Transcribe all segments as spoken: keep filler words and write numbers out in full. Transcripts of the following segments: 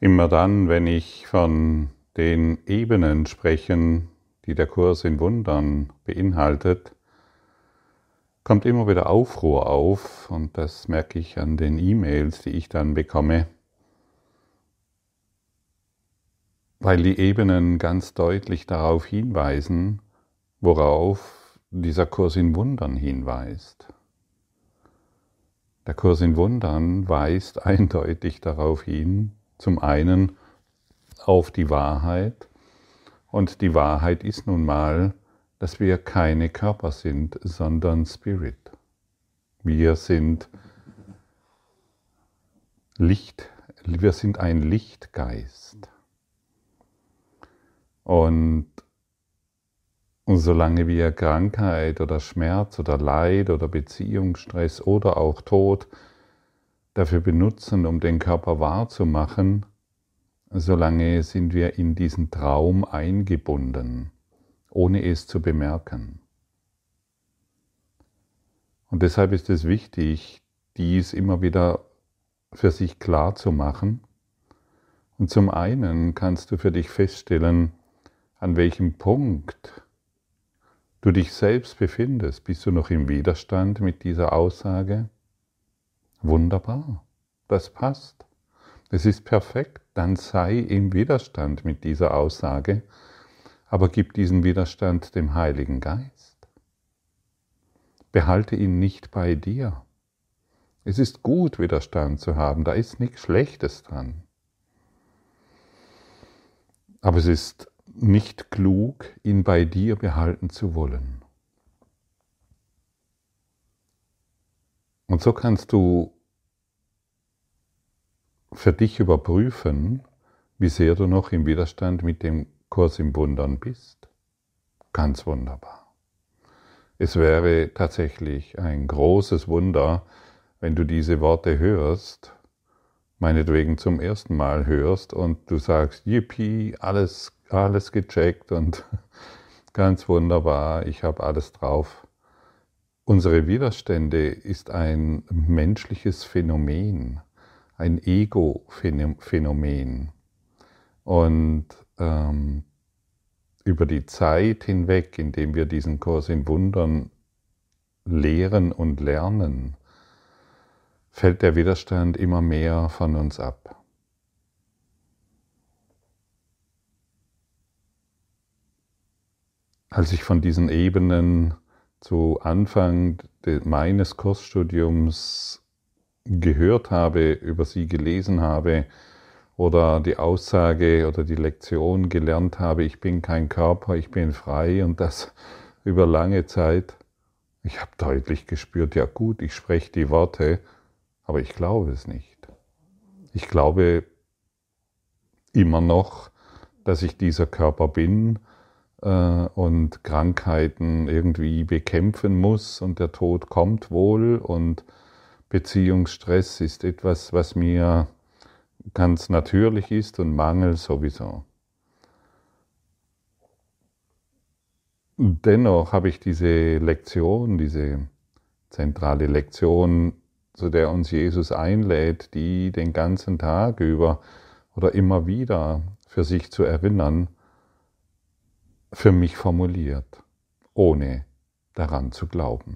Immer dann, wenn ich von den Ebenen spreche, die der Kurs in Wundern beinhaltet, kommt immer wieder Aufruhr auf, und das merke ich an den E-Mails, die ich dann bekomme, weil die Ebenen ganz deutlich darauf hinweisen, worauf dieser Kurs in Wundern hinweist. Der Kurs in Wundern weist eindeutig darauf hin, zum einen auf die Wahrheit, und die Wahrheit ist nun mal, dass wir keine Körper sind, sondern Spirit. Wir sind Licht, wir sind ein Lichtgeist. Und solange wir Krankheit oder Schmerz oder Leid oder Beziehungsstress oder auch Tod dafür benutzen, um den Körper wahrzumachen, solange sind wir in diesen Traum eingebunden, ohne es zu bemerken. Und deshalb ist es wichtig, dies immer wieder für sich klar zu machen. Und zum einen kannst du für dich feststellen, an welchem Punkt du dich selbst befindest. Bist du noch im Widerstand mit dieser Aussage? Wunderbar, das passt. Es ist perfekt, dann sei im Widerstand mit dieser Aussage, aber gib diesen Widerstand dem Heiligen Geist. Behalte ihn nicht bei dir. Es ist gut, Widerstand zu haben, da ist nichts Schlechtes dran. Aber es ist nicht klug, ihn bei dir behalten zu wollen. Und so kannst du für dich überprüfen, wie sehr du noch im Widerstand mit dem Kurs im Wundern bist. Ganz wunderbar. Es wäre tatsächlich ein großes Wunder, wenn du diese Worte hörst, meinetwegen zum ersten Mal hörst und du sagst, yippie, alles, alles gecheckt und ganz wunderbar, ich habe alles drauf. Unsere Widerstände ist ein menschliches Phänomen, ein Ego-Phänomen. Und ähm, über die Zeit hinweg, indem wir diesen Kurs in Wundern lehren und lernen, fällt der Widerstand immer mehr von uns ab. Als ich von diesen Ebenen zu Anfang meines Kursstudiums gehört habe, über sie gelesen habe oder die Aussage oder die Lektion gelernt habe, ich bin kein Körper, ich bin frei, und das über lange Zeit, ich habe deutlich gespürt, ja gut, ich spreche die Worte, aber ich glaube es nicht. Ich glaube immer noch, dass ich dieser Körper bin äh, und Krankheiten irgendwie bekämpfen muss, und der Tod kommt wohl, und Beziehungsstress ist etwas, was mir ganz natürlich ist, und Mangel sowieso. Dennoch habe ich diese Lektion, diese zentrale Lektion, zu der uns Jesus einlädt, die den ganzen Tag über oder immer wieder für sich zu erinnern, für mich formuliert, ohne daran zu glauben.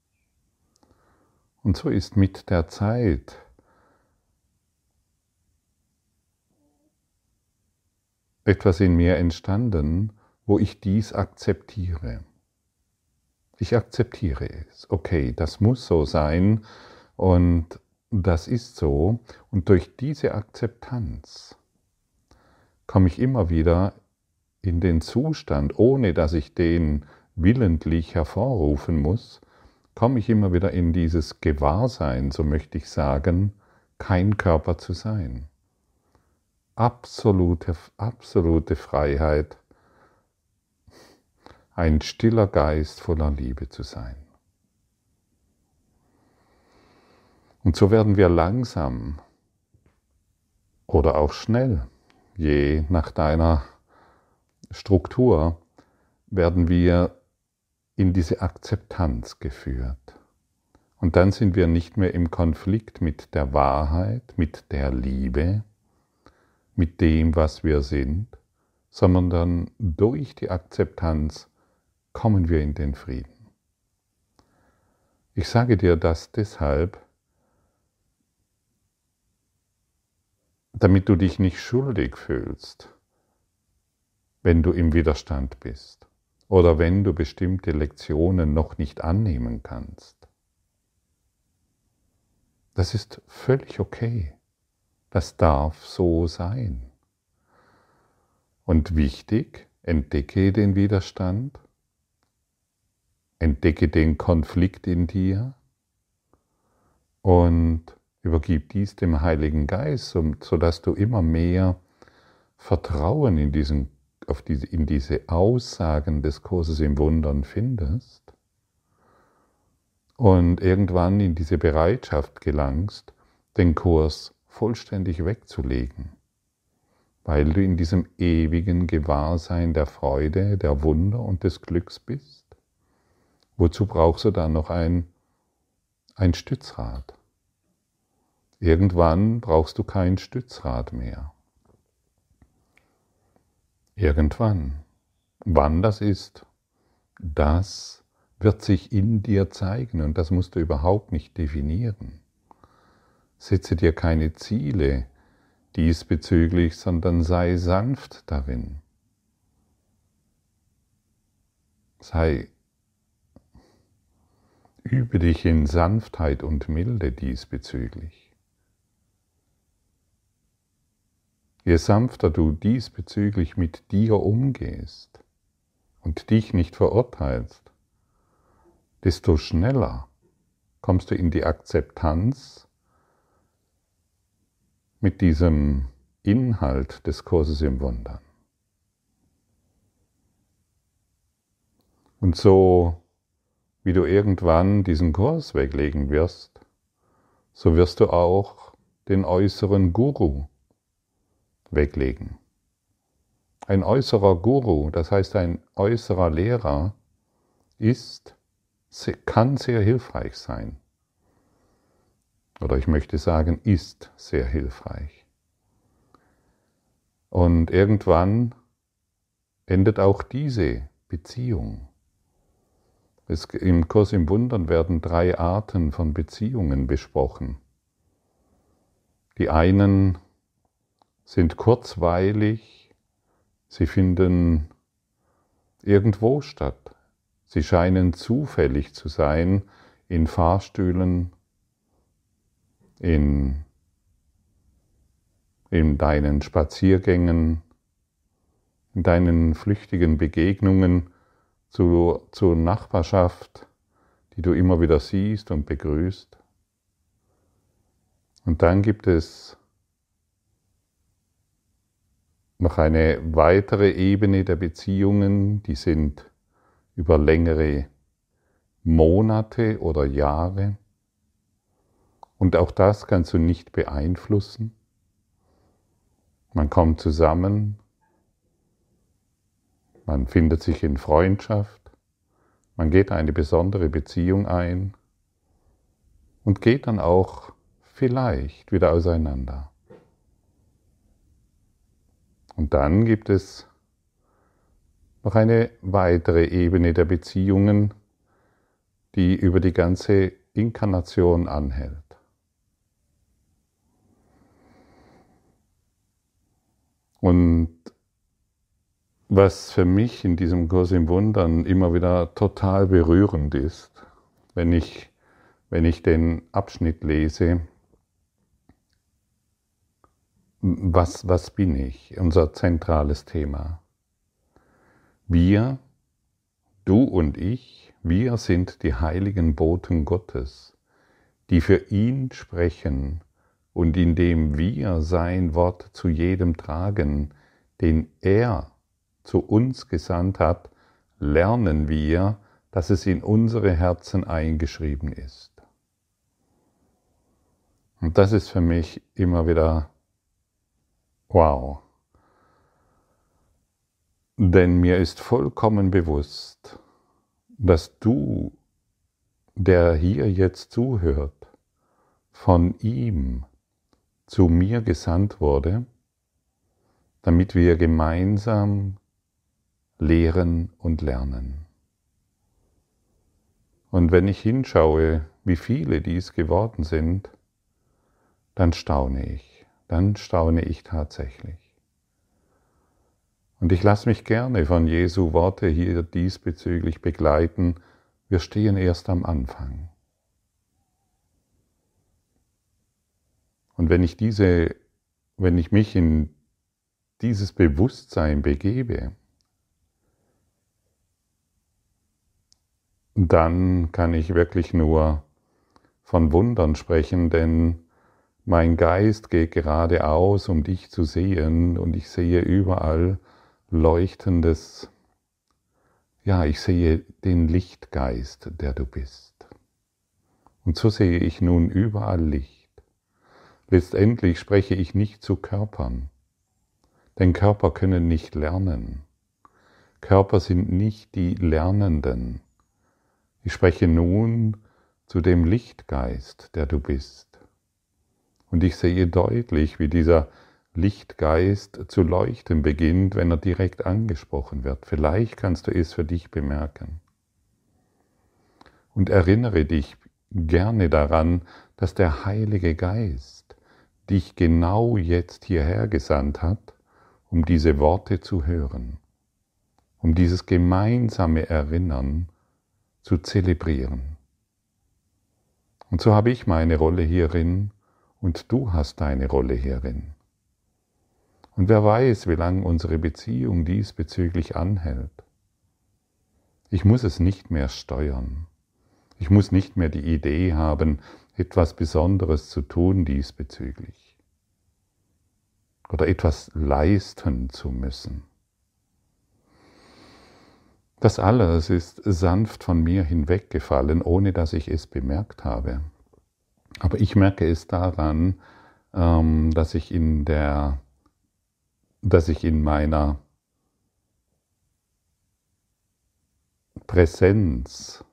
Und so ist mit der Zeit etwas in mir entstanden, wo ich dies akzeptiere. Ich akzeptiere es. Okay, das muss so sein, und das ist so. Und durch diese Akzeptanz komme ich immer wieder in den Zustand, ohne dass ich den willentlich hervorrufen muss, komme ich immer wieder in dieses Gewahrsein, so möchte ich sagen, kein Körper zu sein. Absolute, absolute Freiheit, ein stiller Geist voller Liebe zu sein. Und so werden wir langsam oder auch schnell, je nach deiner Struktur, werden wir in diese Akzeptanz geführt. Und dann sind wir nicht mehr im Konflikt mit der Wahrheit, mit der Liebe, mit dem, was wir sind, sondern dann durch die Akzeptanz kommen wir in den Frieden. Ich sage dir das deshalb, damit du dich nicht schuldig fühlst, wenn du im Widerstand bist oder wenn du bestimmte Lektionen noch nicht annehmen kannst. Das ist völlig okay. Das darf so sein. Und wichtig, entdecke den Widerstand, entdecke den Konflikt in dir und übergib dies dem Heiligen Geist, sodass du immer mehr Vertrauen in, diesen, auf diese, in diese Aussagen des Kurses im Wundern findest und irgendwann in diese Bereitschaft gelangst, den Kurs vollständig wegzulegen, weil du in diesem ewigen Gewahrsein der Freude, der Wunder und des Glücks bist. Wozu brauchst du dann noch ein, ein Stützrad? Irgendwann brauchst du kein Stützrad mehr. Irgendwann. Wann das ist, das wird sich in dir zeigen und das musst du überhaupt nicht definieren. Setze dir keine Ziele diesbezüglich, sondern sei sanft darin. Sei, übe dich in Sanftheit und Milde diesbezüglich. Je sanfter du diesbezüglich mit dir umgehst und dich nicht verurteilst, desto schneller kommst du in die Akzeptanz mit diesem Inhalt des Kurses im Wundern. Und so wie du irgendwann diesen Kurs weglegen wirst, so wirst du auch den äußeren Guru weglegen. Ein äußerer Guru, das heißt ein äußerer Lehrer, ist, kann sehr hilfreich sein. Oder ich möchte sagen, ist sehr hilfreich. Und irgendwann endet auch diese Beziehung. Es, im Kurs im Wundern werden drei Arten von Beziehungen besprochen. Die einen sind kurzweilig, sie finden irgendwo statt. Sie scheinen zufällig zu sein in Fahrstühlen, in, in deinen Spaziergängen, in deinen flüchtigen Begegnungen zu, zur Nachbarschaft, die du immer wieder siehst und begrüßt. Und dann gibt es noch eine weitere Ebene der Beziehungen, die sind über längere Monate oder Jahre. Und auch das kannst du nicht beeinflussen. Man kommt zusammen, man findet sich in Freundschaft, man geht eine besondere Beziehung ein und geht dann auch vielleicht wieder auseinander. Und dann gibt es noch eine weitere Ebene der Beziehungen, die über die ganze Inkarnation anhält. Und was für mich in diesem Kurs im Wundern immer wieder total berührend ist, wenn ich, wenn ich den Abschnitt lese, was, was bin ich? Unser zentrales Thema. Wir, du und ich, wir sind die heiligen Boten Gottes, die für ihn sprechen und indem wir sein Wort zu jedem tragen, den er zu uns gesandt hat, lernen wir, dass es in unsere Herzen eingeschrieben ist. Und das ist für mich immer wieder wow. Denn mir ist vollkommen bewusst, dass du, der hier jetzt zuhört, von ihm zu mir gesandt wurde, damit wir gemeinsam lehren und lernen. Und wenn ich hinschaue, wie viele dies geworden sind, dann staune ich, dann staune ich tatsächlich. Und ich lasse mich gerne von Jesu Worte hier diesbezüglich begleiten. Wir stehen erst am Anfang. Und wenn ich diese, wenn ich mich in dieses Bewusstsein begebe, dann kann ich wirklich nur von Wundern sprechen, denn mein Geist geht geradeaus, um dich zu sehen, und ich sehe überall leuchtendes, ja, ich sehe den Lichtgeist, der du bist. Und so sehe ich nun überall Licht. Letztendlich spreche ich nicht zu Körpern, denn Körper können nicht lernen. Körper sind nicht die Lernenden. Ich spreche nun zu dem Lichtgeist, der du bist. Und ich sehe deutlich, wie dieser Lichtgeist zu leuchten beginnt, wenn er direkt angesprochen wird. Vielleicht kannst du es für dich bemerken. Und erinnere dich gerne daran, dass der Heilige Geist dich genau jetzt hierher gesandt hat, um diese Worte zu hören, um dieses gemeinsame Erinnern zu zelebrieren. Und so habe ich meine Rolle hierin und du hast deine Rolle hierin. Und wer weiß, wie lange unsere Beziehung diesbezüglich anhält. Ich muss es nicht mehr steuern. Ich muss nicht mehr die Idee haben, etwas Besonderes zu tun diesbezüglich. Oder etwas leisten zu müssen. Das alles ist sanft von mir hinweggefallen, ohne dass ich es bemerkt habe. Aber ich merke es daran, dass ich in der, dass ich in meiner Präsenz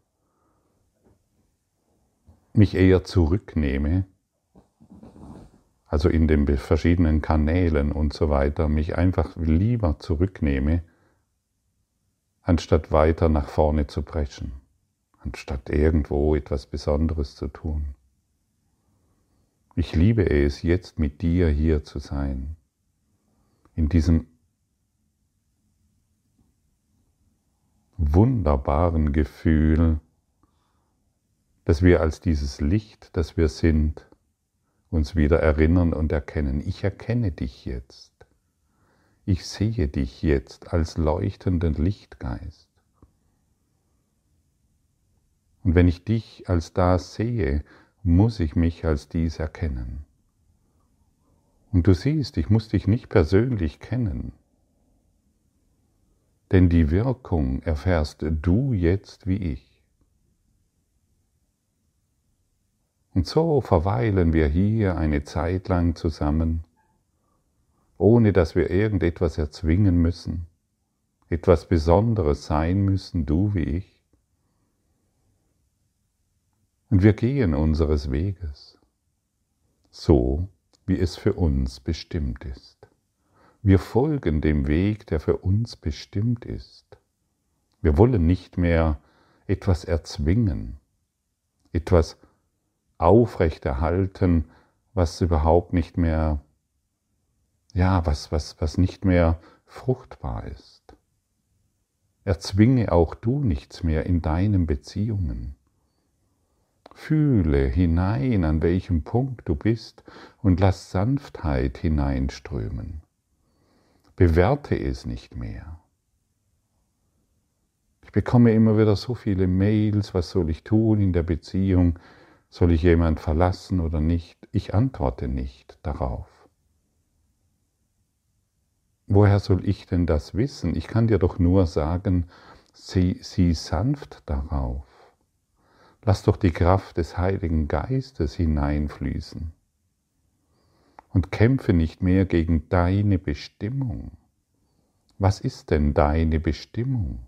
mich eher zurücknehme, also in den verschiedenen Kanälen und so weiter, mich einfach lieber zurücknehme, anstatt weiter nach vorne zu preschen, anstatt irgendwo etwas Besonderes zu tun. Ich liebe es, jetzt mit dir hier zu sein, in diesem wunderbaren Gefühl, dass wir als dieses Licht, das wir sind, uns wieder erinnern und erkennen. Ich erkenne dich jetzt. Ich sehe dich jetzt als leuchtenden Lichtgeist. Und wenn ich dich als das sehe, muss ich mich als dies erkennen. Und du siehst, ich muss dich nicht persönlich kennen, denn die Wirkung erfährst du jetzt wie ich. Und so verweilen wir hier eine Zeit lang zusammen, ohne dass wir irgendetwas erzwingen müssen, etwas Besonderes sein müssen, du wie ich. Und wir gehen unseres Weges, so wie es für uns bestimmt ist. Wir folgen dem Weg, der für uns bestimmt ist. Wir wollen nicht mehr etwas erzwingen, etwas aufrechterhalten, was überhaupt nicht mehr, ja, was, was, was nicht mehr fruchtbar ist. Erzwinge auch du nichts mehr in deinen Beziehungen. Fühle hinein, an welchem Punkt du bist und lass Sanftheit hineinströmen. Bewerte es nicht mehr. Ich bekomme immer wieder so viele Mails, was soll ich tun in der Beziehung? Soll ich jemand verlassen oder nicht? Ich antworte nicht darauf. Woher soll ich denn das wissen? Ich kann dir doch nur sagen, sieh, sieh sanft darauf. Lass doch die Kraft des Heiligen Geistes hineinfließen. Und kämpfe nicht mehr gegen deine Bestimmung. Was ist denn deine Bestimmung?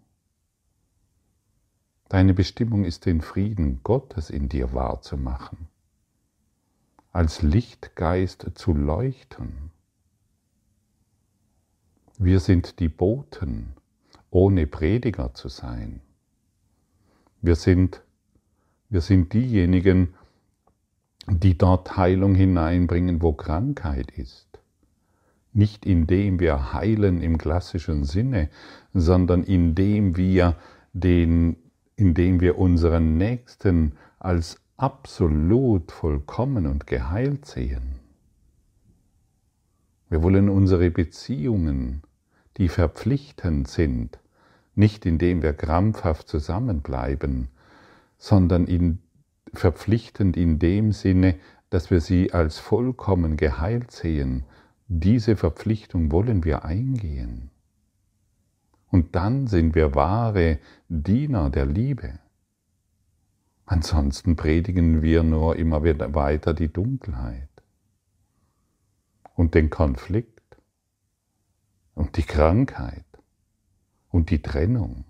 Deine Bestimmung ist, den Frieden Gottes in dir wahrzumachen, als Lichtgeist zu leuchten. Wir sind die Boten, ohne Prediger zu sein. Wir sind, wir sind diejenigen, die dort Heilung hineinbringen, wo Krankheit ist. Nicht indem wir heilen im klassischen Sinne, sondern indem wir, den, indem wir unseren Nächsten als absolut vollkommen und geheilt sehen. Wir wollen unsere Beziehungen, die verpflichtend sind, nicht indem wir krampfhaft zusammenbleiben, sondern in, verpflichtend in dem Sinne, dass wir sie als vollkommen geheilt sehen. Diese Verpflichtung wollen wir eingehen. Und dann sind wir wahre Diener der Liebe. Ansonsten predigen wir nur immer wieder weiter die Dunkelheit und den Konflikt und die Krankheit und die Trennung.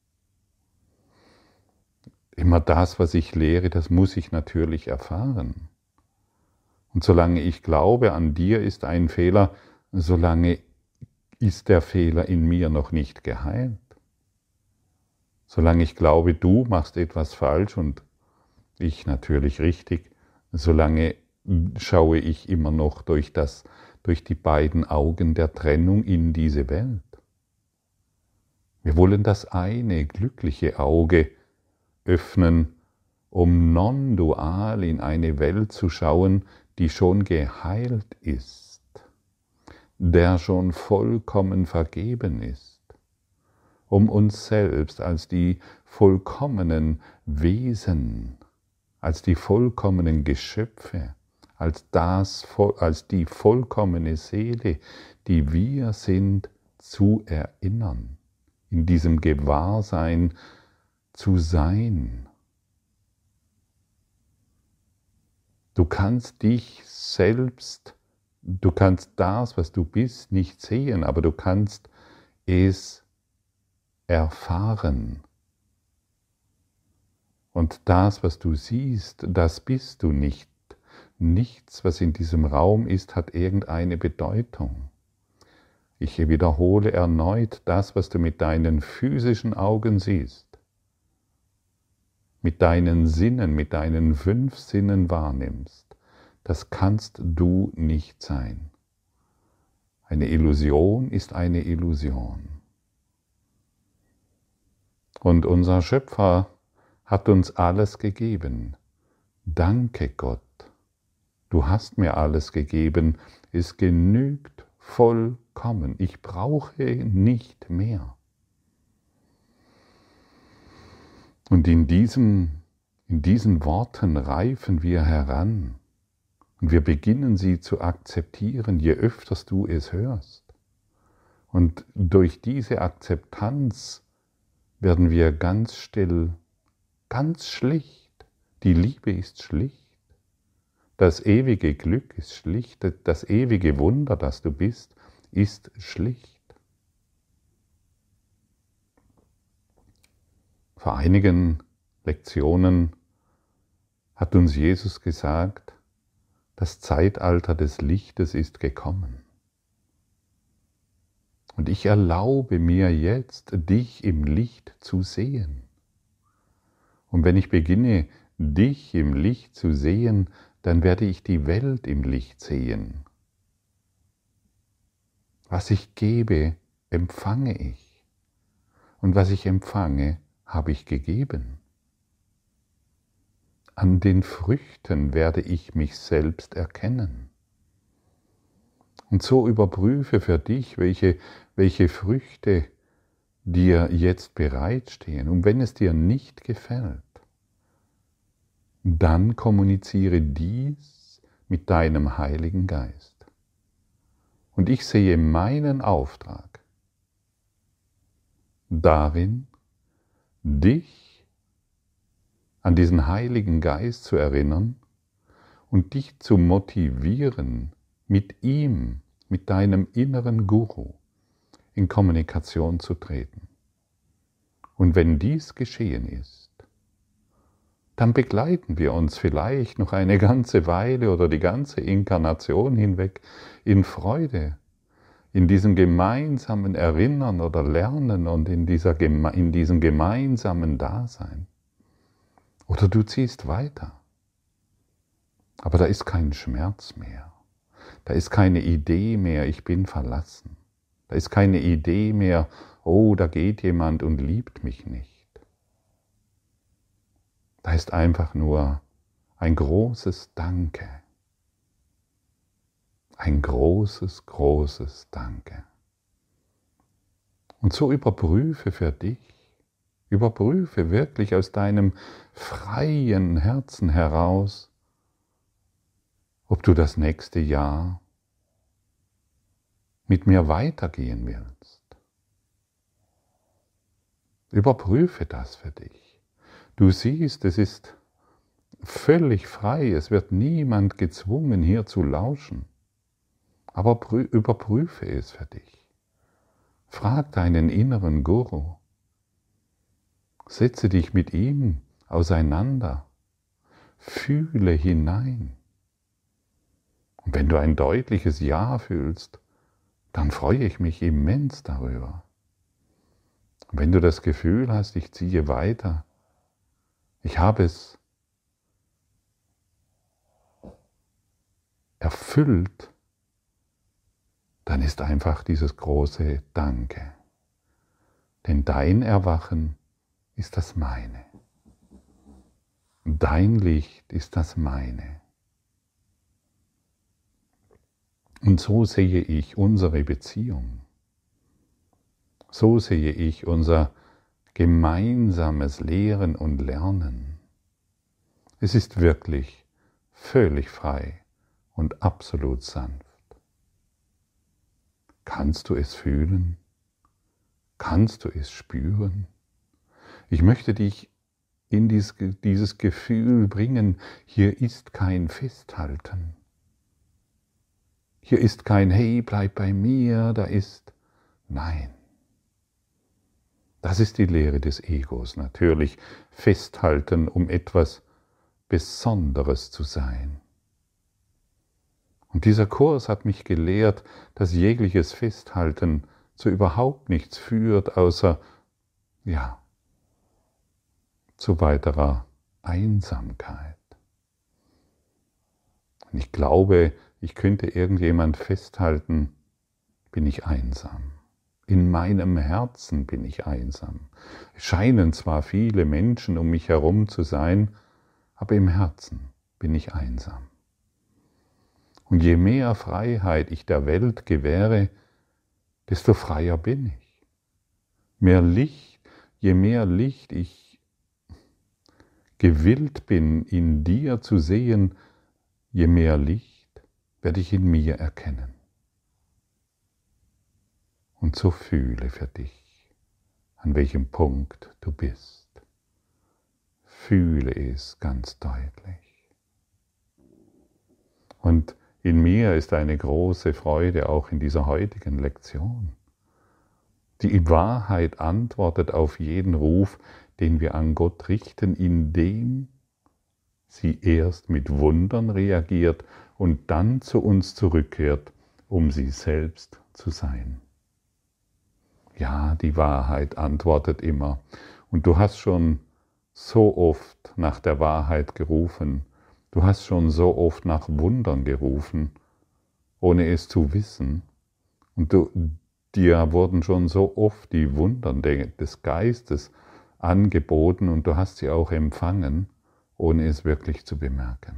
Immer das, was ich lehre, das muss ich natürlich erfahren. Und solange ich glaube, an dir ist ein Fehler, solange ist der Fehler in mir noch nicht geheilt. Solange ich glaube, du machst etwas falsch und ich natürlich richtig, solange schaue ich immer noch durch, das, durch die beiden Augen der Trennung in diese Welt. Wir wollen das eine glückliche Auge öffnen, um non-dual in eine Welt zu schauen, die schon geheilt ist, der schon vollkommen vergeben ist, um uns selbst als die vollkommenen Wesen, als die vollkommenen Geschöpfe, als, das, als die vollkommene Seele, die wir sind, zu erinnern, in diesem Gewahrsein zu sein. Du kannst dich selbst, du kannst das, was du bist, nicht sehen, aber du kannst es erfahren. Und das, was du siehst, das bist du nicht. Nichts, was in diesem Raum ist, hat irgendeine Bedeutung. Ich wiederhole erneut, das, was du mit deinen physischen Augen siehst, mit deinen Sinnen, mit deinen fünf Sinnen wahrnimmst, das kannst du nicht sein. Eine Illusion ist eine Illusion. Und unser Schöpfer hat uns alles gegeben. Danke Gott, du hast mir alles gegeben, es genügt vollkommen, ich brauche nicht mehr. Und in, diesem, in diesen Worten reifen wir heran und wir beginnen sie zu akzeptieren, je öfter du es hörst. Und durch diese Akzeptanz werden wir ganz still, ganz schlicht. Die Liebe ist schlicht. Das ewige Glück ist schlicht. Das ewige Wunder, das du bist, ist schlicht. Vor einigen Lektionen hat uns Jesus gesagt, das Zeitalter des Lichtes ist gekommen. Und ich erlaube mir jetzt, dich im Licht zu sehen. Und wenn ich beginne, dich im Licht zu sehen, dann werde ich die Welt im Licht sehen. Was ich gebe, empfange ich. Und was ich empfange, habe ich gegeben. An den Früchten werde ich mich selbst erkennen. Und so überprüfe für dich, welche, welche Früchte dir jetzt bereitstehen. Und wenn es dir nicht gefällt, dann kommuniziere dies mit deinem Heiligen Geist. Und ich sehe meinen Auftrag darin, dich an diesen Heiligen Geist zu erinnern und dich zu motivieren, mit ihm, mit deinem inneren Guru in Kommunikation zu treten. Und wenn dies geschehen ist, dann begleiten wir uns vielleicht noch eine ganze Weile oder die ganze Inkarnation hinweg in Freude, in diesem gemeinsamen Erinnern oder Lernen und in, dieser, in diesem gemeinsamen Dasein. Oder du ziehst weiter. Aber da ist kein Schmerz mehr. Da ist keine Idee mehr, ich bin verlassen. Da ist keine Idee mehr, oh, da geht jemand und liebt mich nicht. Da ist einfach nur ein großes Danke. Ein großes, großes Danke. Und so überprüfe für dich, überprüfe wirklich aus deinem freien Herzen heraus, ob du das nächste Jahr mit mir weitergehen willst. Überprüfe das für dich. Du siehst, es ist völlig frei, es wird niemand gezwungen, hier zu lauschen. Aber überprüfe es für dich. Frag deinen inneren Guru. Setze dich mit ihm auseinander. Fühle hinein. Und wenn du ein deutliches Ja fühlst, dann freue ich mich immens darüber. Und wenn du das Gefühl hast, ich ziehe weiter, ich habe es erfüllt, dann ist einfach dieses große Danke. Denn dein Erwachen ist das meine. Dein Licht ist das meine. Und so sehe ich unsere Beziehung. So sehe ich unser gemeinsames Lehren und Lernen. Es ist wirklich völlig frei und absolut sanft. Kannst du es fühlen? Kannst du es spüren? Ich möchte dich in dieses Gefühl bringen, hier ist kein Festhalten. Hier ist kein Hey, bleib bei mir, da ist Nein. Das ist die Lehre des Egos, natürlich festhalten, um etwas Besonderes zu sein. Und dieser Kurs hat mich gelehrt, dass jegliches Festhalten zu überhaupt nichts führt, außer, ja, zu weiterer Einsamkeit. Und ich glaube, ich könnte irgendjemand festhalten, bin ich einsam. In meinem Herzen bin ich einsam. Es scheinen zwar viele Menschen um mich herum zu sein, aber im Herzen bin ich einsam. Und je mehr Freiheit ich der Welt gewähre, desto freier bin ich. Mehr Licht, je mehr Licht ich gewillt bin, in dir zu sehen, je mehr Licht werde ich in mir erkennen. Und so fühle für dich, an welchem Punkt du bist. Fühle es ganz deutlich. Und in mir ist eine große Freude auch in dieser heutigen Lektion. Die Wahrheit antwortet auf jeden Ruf, den wir an Gott richten, indem sie erst mit Wundern reagiert und dann zu uns zurückkehrt, um sie selbst zu sein. Ja, die Wahrheit antwortet immer. Und du hast schon so oft nach der Wahrheit gerufen. Du hast schon so oft nach Wundern gerufen, ohne es zu wissen. Und du, dir wurden schon so oft die Wunder des Geistes angeboten und du hast sie auch empfangen, ohne es wirklich zu bemerken.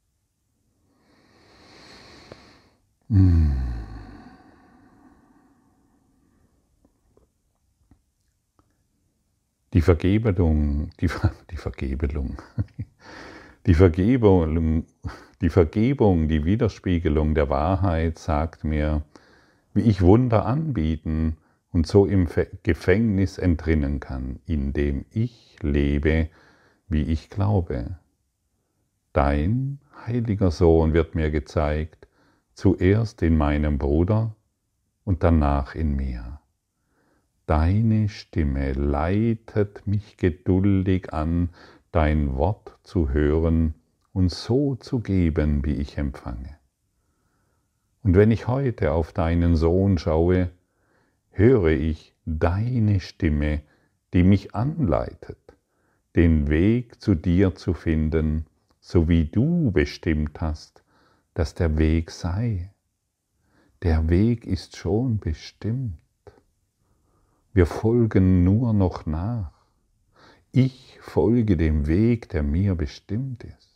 Die Vergebung, die, die Vergebung, die Vergebung, die Vergebung, die Widerspiegelung der Wahrheit sagt mir, wie ich Wunder anbieten und so im Gefängnis entrinnen kann, indem ich lebe, wie ich glaube. Dein heiliger Sohn wird mir gezeigt, zuerst in meinem Bruder und danach in mir. Deine Stimme leitet mich geduldig an, dein Wort zu hören und so zu geben, wie ich empfange. Und wenn ich heute auf deinen Sohn schaue, höre ich deine Stimme, die mich anleitet, den Weg zu dir zu finden, so wie du bestimmt hast, dass der Weg sei. Der Weg ist schon bestimmt. Wir folgen nur noch nach. Ich folge dem Weg, der mir bestimmt ist.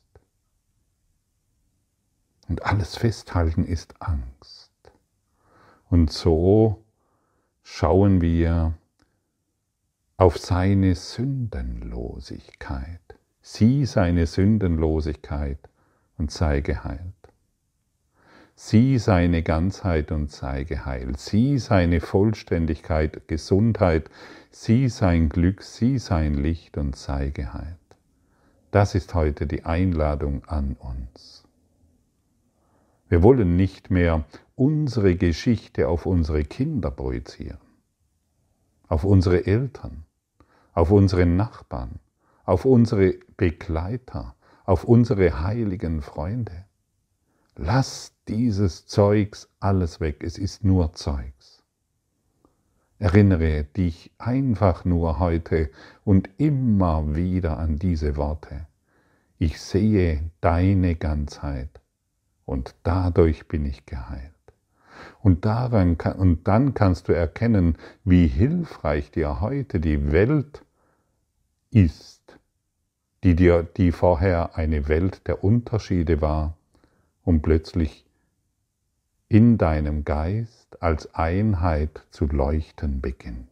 Und alles Festhalten ist Angst. Und so schauen wir auf seine Sündenlosigkeit. Sieh seine Sündenlosigkeit und sei geheilt. Sieh seine Ganzheit und sei geheilt. Sieh seine Vollständigkeit, Gesundheit. Sieh sein Glück, sieh sein Licht und sei geheilt. Das ist heute die Einladung an uns. Wir wollen nicht mehr unsere Geschichte auf unsere Kinder projizieren, auf unsere Eltern, auf unsere Nachbarn, auf unsere Begleiter, auf unsere heiligen Freunde. Lass dieses Zeugs alles weg, es ist nur Zeugs. Erinnere dich einfach nur heute und immer wieder an diese Worte. Ich sehe deine Ganzheit und dadurch bin ich geheilt. Und, daran, und dann kannst du erkennen, wie hilfreich dir heute die Welt ist, die, dir, die vorher eine Welt der Unterschiede war und plötzlich in deinem Geist als Einheit zu leuchten beginnt.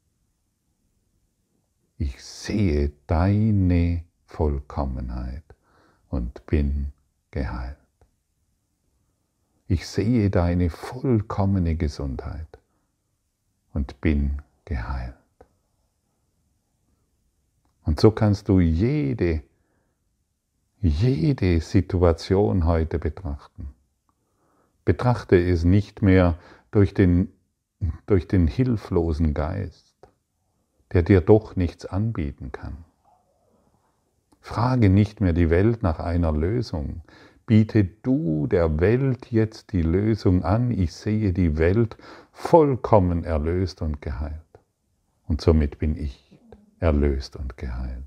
Ich sehe deine Vollkommenheit und bin geheilt. Ich sehe deine vollkommene Gesundheit und bin geheilt. Und so kannst du jede, jede Situation heute betrachten. Betrachte es nicht mehr durch den, durch den hilflosen Geist, der dir doch nichts anbieten kann. Frage nicht mehr die Welt nach einer Lösung. Biete du der Welt jetzt die Lösung an. Ich sehe die Welt vollkommen erlöst und geheilt. Und somit bin ich erlöst und geheilt.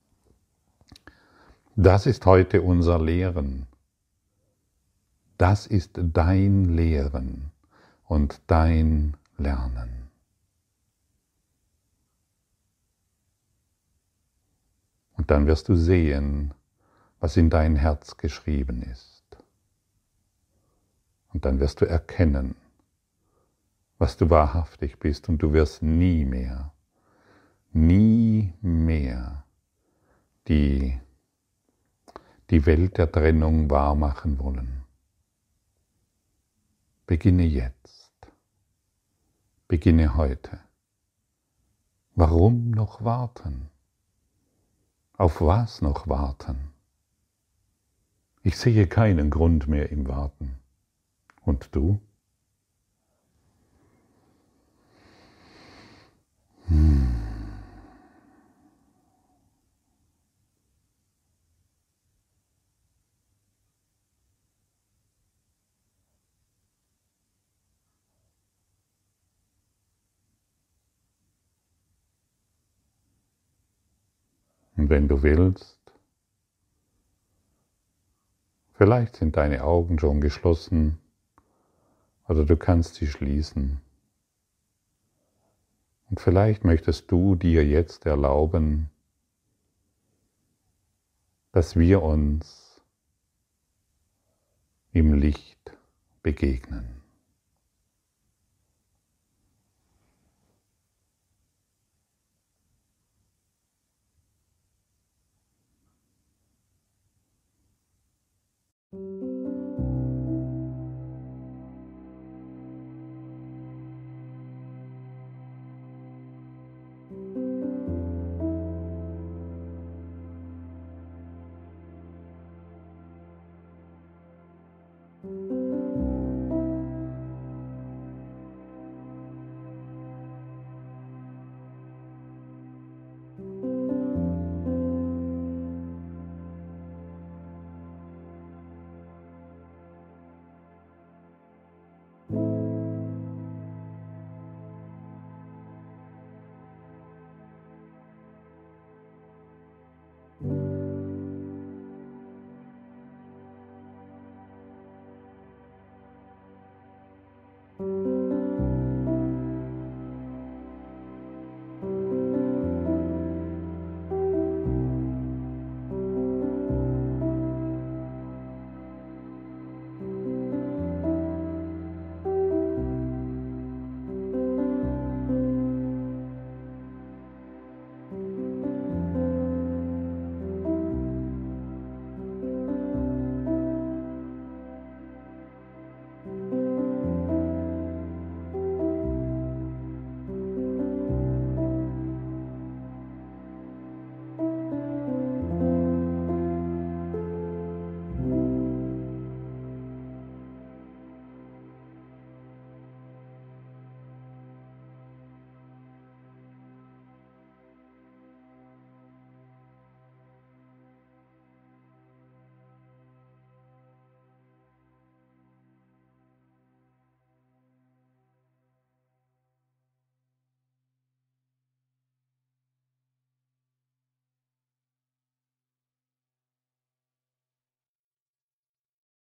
Das ist heute unser Lehren. Das ist dein Lehren und dein Lernen. Und dann wirst du sehen, was in dein Herz geschrieben ist. Und dann wirst du erkennen, was du wahrhaftig bist, und du wirst nie mehr, nie mehr die, die Welt der Trennung wahrmachen wollen. Beginne jetzt. Beginne heute. Warum noch warten? Auf was noch warten? Ich sehe keinen Grund mehr im Warten. Und du? Hm. Und wenn du willst, vielleicht sind deine Augen schon geschlossen oder du kannst sie schließen. Und vielleicht möchtest du dir jetzt erlauben, dass wir uns im Licht begegnen.